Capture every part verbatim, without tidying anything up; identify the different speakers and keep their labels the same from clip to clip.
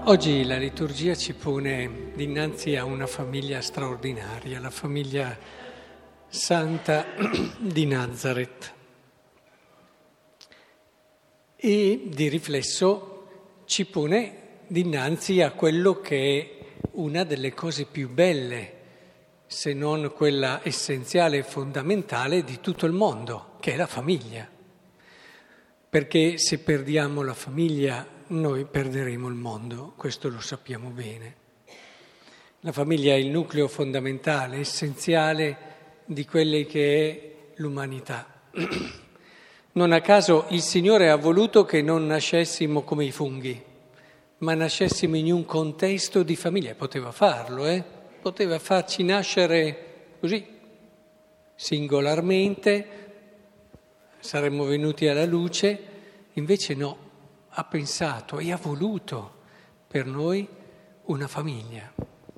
Speaker 1: Oggi la liturgia ci pone dinanzi a una famiglia straordinaria, la famiglia santa di Nazareth. E di riflesso ci pone dinanzi a quello che è una delle cose più belle, se non quella essenziale e fondamentale di tutto il mondo, che è la famiglia. Perché se perdiamo la famiglia noi perderemo il mondo, questo lo sappiamo bene. La famiglia è il nucleo fondamentale, essenziale di quelle che è l'umanità. Non a caso il Signore ha voluto che non nascessimo come i funghi, ma nascessimo in un contesto di famiglia. Poteva farlo, eh? Poteva farci nascere così, singolarmente, saremmo venuti alla luce, invece no. Ha pensato e ha voluto per noi una famiglia.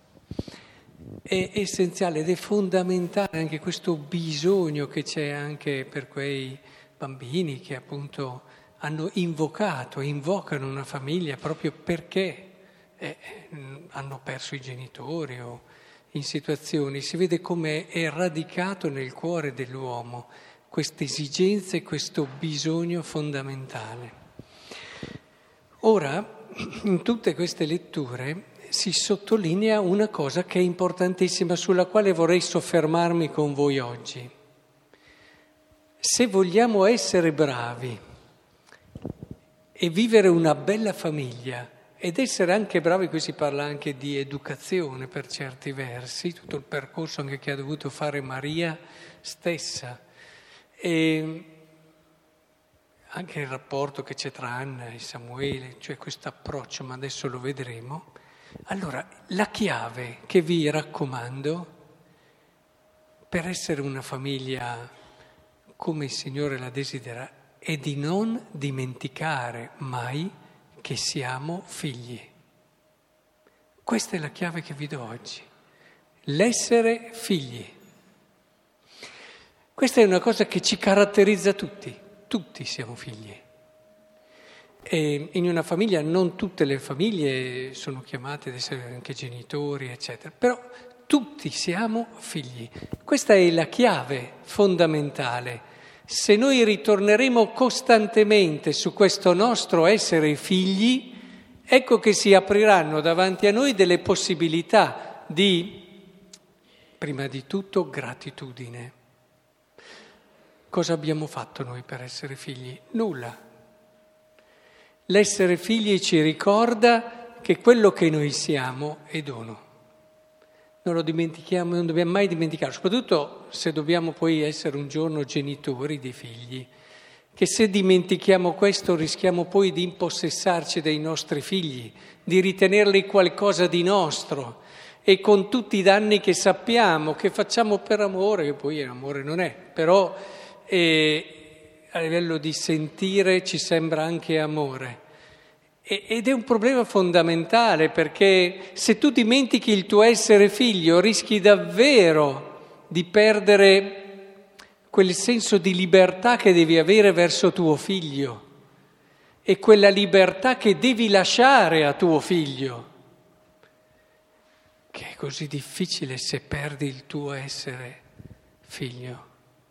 Speaker 1: È essenziale ed è fondamentale anche questo bisogno che c'è anche per quei bambini che appunto hanno invocato, invocano una famiglia proprio perché eh, hanno perso i genitori o in situazioni. Si vede come è radicato nel cuore dell'uomo questa esigenza e questo bisogno fondamentale. Ora, in tutte queste letture si sottolinea una cosa che è importantissima, sulla quale vorrei soffermarmi con voi oggi. Se vogliamo essere bravi e vivere una bella famiglia, ed essere anche bravi, qui si parla anche di educazione per certi versi, tutto il percorso anche che ha dovuto fare Maria stessa, e anche il rapporto che c'è tra Anna e Samuele, cioè questo approccio, ma adesso lo vedremo. Allora, la chiave che vi raccomando per essere una famiglia come il Signore la desidera è di non dimenticare mai che siamo figli. Questa è la chiave che vi do oggi, l'essere figli. Questa è una cosa che ci caratterizza tutti. Tutti siamo figli. E in una famiglia, non tutte le famiglie sono chiamate ad essere anche genitori, eccetera, però tutti siamo figli. Questa è la chiave fondamentale. Se noi ritorneremo costantemente su questo nostro essere figli, ecco che si apriranno davanti a noi delle possibilità di, prima di tutto, gratitudine. Cosa abbiamo fatto noi per essere figli? Nulla. L'essere figli ci ricorda che quello che noi siamo è dono. Non lo dimentichiamo, non dobbiamo mai dimenticarlo, soprattutto se dobbiamo poi essere un giorno genitori dei figli, che se dimentichiamo questo rischiamo poi di impossessarci dei nostri figli, di ritenerli qualcosa di nostro e con tutti i danni che sappiamo, che facciamo per amore, che poi amore non è, però e a livello di sentire ci sembra anche amore. E, ed è un problema fondamentale, perché se tu dimentichi il tuo essere figlio rischi davvero di perdere quel senso di libertà che devi avere verso tuo figlio e quella libertà che devi lasciare a tuo figlio, che è così difficile se perdi il tuo essere figlio.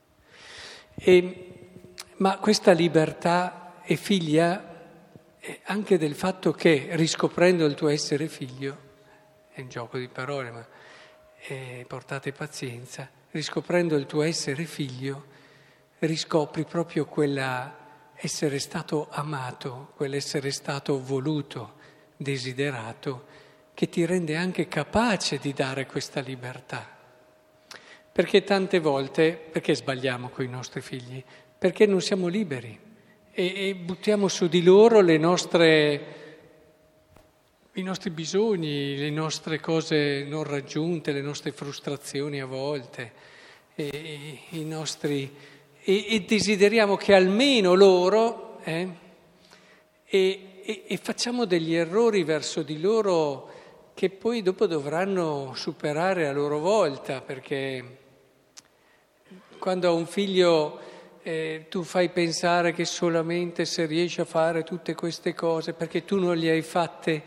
Speaker 1: E, ma questa libertà è figlia anche del fatto che, riscoprendo il tuo essere figlio, è un gioco di parole, ma eh, portate pazienza, riscoprendo il tuo essere figlio, riscopri proprio quella essere stato amato, quell'essere stato voluto, desiderato, che ti rende anche capace di dare questa libertà. Perché tante volte, perché sbagliamo con i nostri figli? Perché non siamo liberi e, e buttiamo su di loro le nostre, i nostri bisogni, le nostre cose non raggiunte, le nostre frustrazioni a volte, e, i nostri, e, e desideriamo che almeno loro, eh, e, e, e facciamo degli errori verso di loro che poi dopo dovranno superare a loro volta, perché quando a un figlio eh, tu fai pensare che solamente se riesci a fare tutte queste cose perché tu non le hai fatte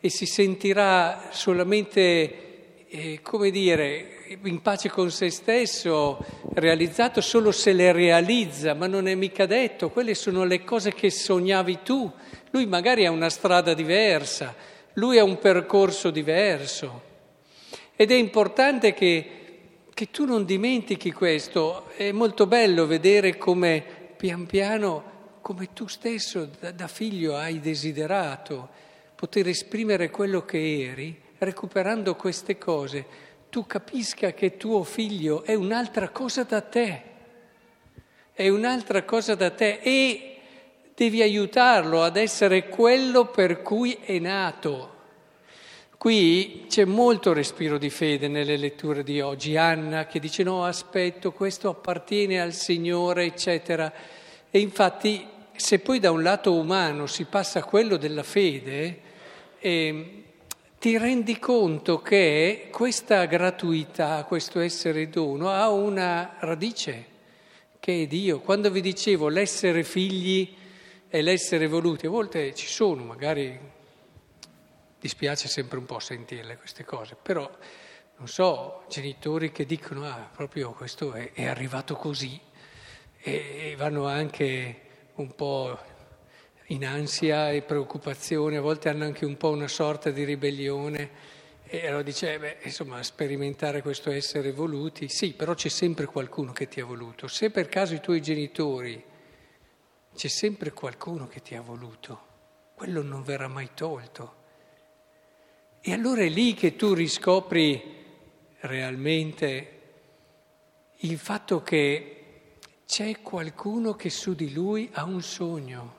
Speaker 1: e si sentirà solamente, eh, come dire, in pace con se stesso, realizzato solo se le realizza, ma non è mica detto, quelle sono le cose che sognavi tu. Lui magari ha una strada diversa, lui ha un percorso diverso. Ed è importante che, che tu non dimentichi questo. È molto bello vedere come pian piano, come tu stesso da, da figlio hai desiderato, poter esprimere quello che eri, recuperando queste cose, tu capisca che tuo figlio è un'altra cosa da te, è un'altra cosa da te e devi aiutarlo ad essere quello per cui è nato. Qui c'è molto respiro di fede nelle letture di oggi. Anna che dice no, aspetto, questo appartiene al Signore, eccetera. E infatti se poi da un lato umano si passa a quello della fede, eh, ti rendi conto che questa gratuità, questo essere dono, ha una radice, che è Dio. Quando vi dicevo l'essere figli e l'essere voluti, a volte ci sono, magari dispiace sempre un po' sentirle queste cose, però non so, genitori che dicono ah, proprio questo è, è arrivato così e, e vanno anche un po' in ansia e preoccupazione, a volte hanno anche un po' una sorta di ribellione e allora dice, eh beh, insomma, sperimentare questo essere voluti, sì, però c'è sempre qualcuno che ti ha voluto. Se per caso i tuoi genitori, c'è sempre qualcuno che ti ha voluto, quello non verrà mai tolto. E allora è lì che tu riscopri realmente il fatto che c'è qualcuno che su di lui ha un sogno.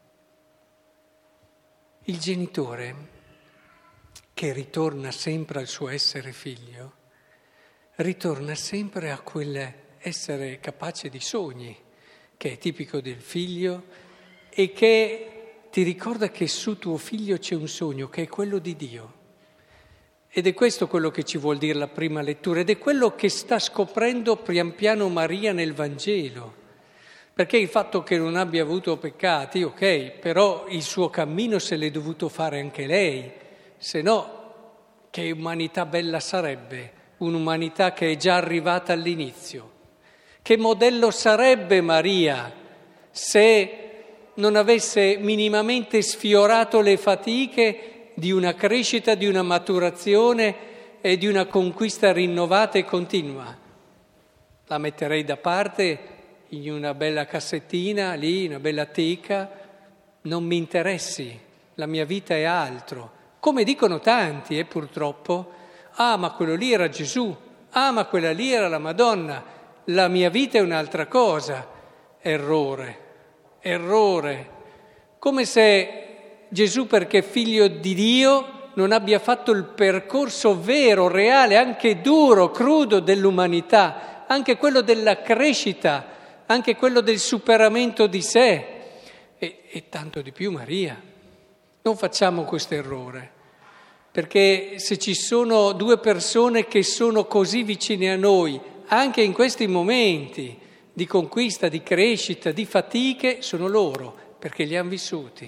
Speaker 1: Il genitore, che ritorna sempre al suo essere figlio, ritorna sempre a quell'essere capace di sogni, che è tipico del figlio e che ti ricorda che su tuo figlio c'è un sogno, che è quello di Dio. Ed è questo quello che ci vuol dire la prima lettura, ed è quello che sta scoprendo pian piano Maria nel Vangelo. Perché il fatto che non abbia avuto peccati, ok, però il suo cammino se l'è dovuto fare anche lei, se no che umanità bella sarebbe, un'umanità che è già arrivata all'inizio. Che modello sarebbe Maria se non avesse minimamente sfiorato le fatiche di una crescita, di una maturazione e di una conquista rinnovata e continua? La metterei da parte in una bella cassettina, lì, una bella teca, non mi interessi, la mia vita è altro. Come dicono tanti, eh, purtroppo, ah ma quello lì era Gesù, ah ma quella lì era la Madonna, la mia vita è un'altra cosa. Errore, errore. Come se Gesù, perché è figlio di Dio, non abbia fatto il percorso vero, reale, anche duro, crudo dell'umanità, anche quello della crescita, anche quello del superamento di sé e, e tanto di più Maria. Non facciamo questo errore, perché se ci sono due persone che sono così vicine a noi, anche in questi momenti di conquista, di crescita, di fatiche, sono loro, perché li hanno vissuti.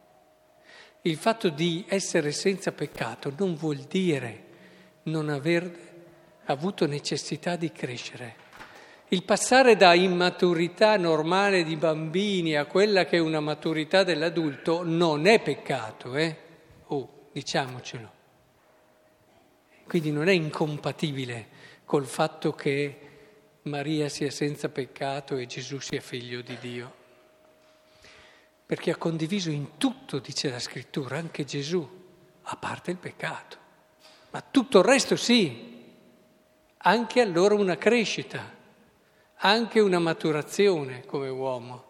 Speaker 1: Il fatto di essere senza peccato non vuol dire non aver avuto necessità di crescere. Il passare da immaturità normale di bambini a quella che è una maturità dell'adulto non è peccato, eh? Oh, diciamocelo. Quindi non è incompatibile col fatto che Maria sia senza peccato e Gesù sia figlio di Dio. Perché ha condiviso in tutto, dice la Scrittura, anche Gesù, a parte il peccato. Ma tutto il resto sì, anche allora una crescita. Anche una maturazione come uomo.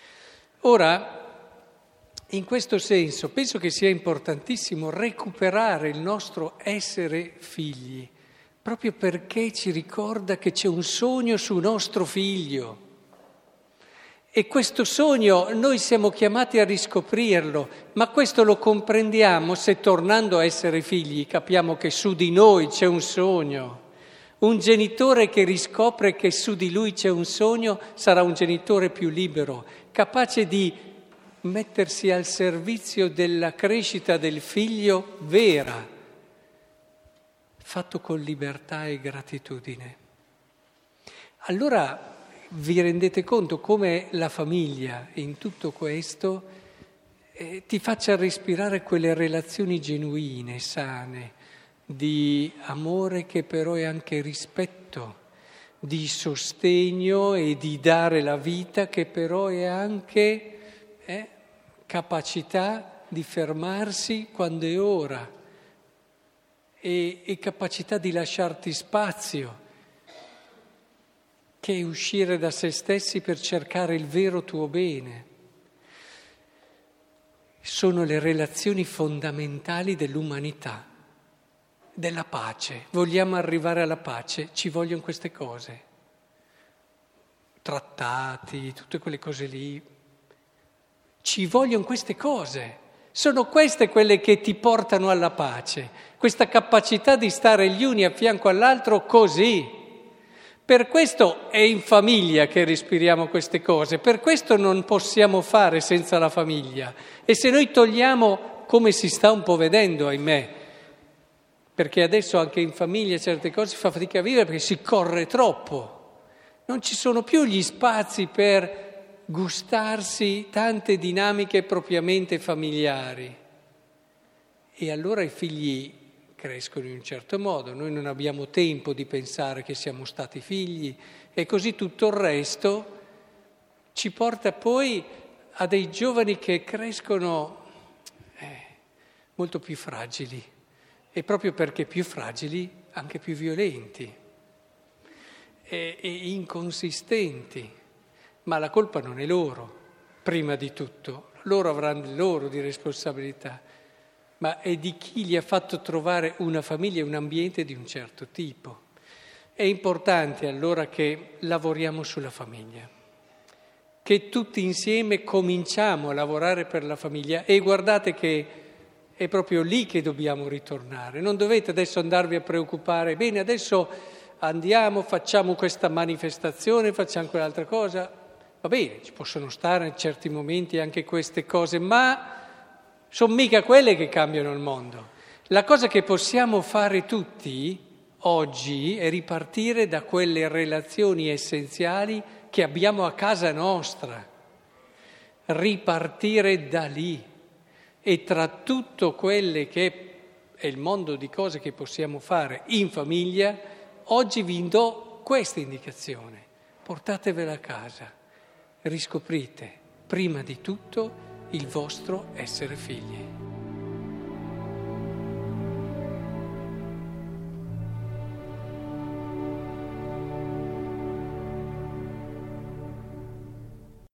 Speaker 1: Ora, in questo senso, penso che sia importantissimo recuperare il nostro essere figli, proprio perché ci ricorda che c'è un sogno su nostro figlio. E questo sogno noi siamo chiamati a riscoprirlo, ma questo lo comprendiamo se tornando a essere figli capiamo che su di noi c'è un sogno. Un genitore che riscopre che su di lui c'è un sogno sarà un genitore più libero, capace di mettersi al servizio della crescita del figlio vera, fatto con libertà e gratitudine. Allora vi rendete conto come la famiglia in tutto questo eh, ti faccia respirare quelle relazioni genuine, sane, di amore che però è anche rispetto, di sostegno e di dare la vita che però è anche eh, capacità di fermarsi quando è ora e, e capacità di lasciarti spazio, che è uscire da se stessi per cercare il vero tuo bene. Sono le relazioni fondamentali dell'umanità, della pace. Vogliamo arrivare alla pace, ci vogliono queste cose. Trattati, tutte quelle cose lì. Ci vogliono queste cose. Sono queste quelle che ti portano alla pace. Questa capacità di stare gli uni a fianco all'altro così. Per questo è in famiglia che respiriamo queste cose, per questo non possiamo fare senza la famiglia. E se noi togliamo, come si sta un po' vedendo, ahimè, perché adesso anche in famiglia certe cose si fa fatica a vivere perché si corre troppo, non ci sono più gli spazi per gustarsi tante dinamiche propriamente familiari. E allora i figli crescono in un certo modo, noi non abbiamo tempo di pensare che siamo stati figli e così tutto il resto ci porta poi a dei giovani che crescono eh, molto più fragili e proprio perché più fragili anche più violenti e, e inconsistenti, ma la colpa non è loro, prima di tutto, loro avranno il loro di responsabilità. Ma è di chi gli ha fatto trovare una famiglia e un ambiente di un certo tipo. È importante allora che lavoriamo sulla famiglia, che tutti insieme cominciamo a lavorare per la famiglia e guardate che è proprio lì che dobbiamo ritornare. Non dovete adesso andarvi a preoccupare, bene, adesso andiamo, facciamo questa manifestazione, facciamo quell'altra cosa. Va bene, ci possono stare in certi momenti anche queste cose, ma sono mica quelle che cambiano il mondo. La cosa che possiamo fare tutti oggi è ripartire da quelle relazioni essenziali che abbiamo a casa nostra, ripartire da lì e tra tutto quelle che è il mondo di cose che possiamo fare in famiglia, oggi vi do questa indicazione, portatevela a casa, riscoprite prima di tutto il vostro essere figli.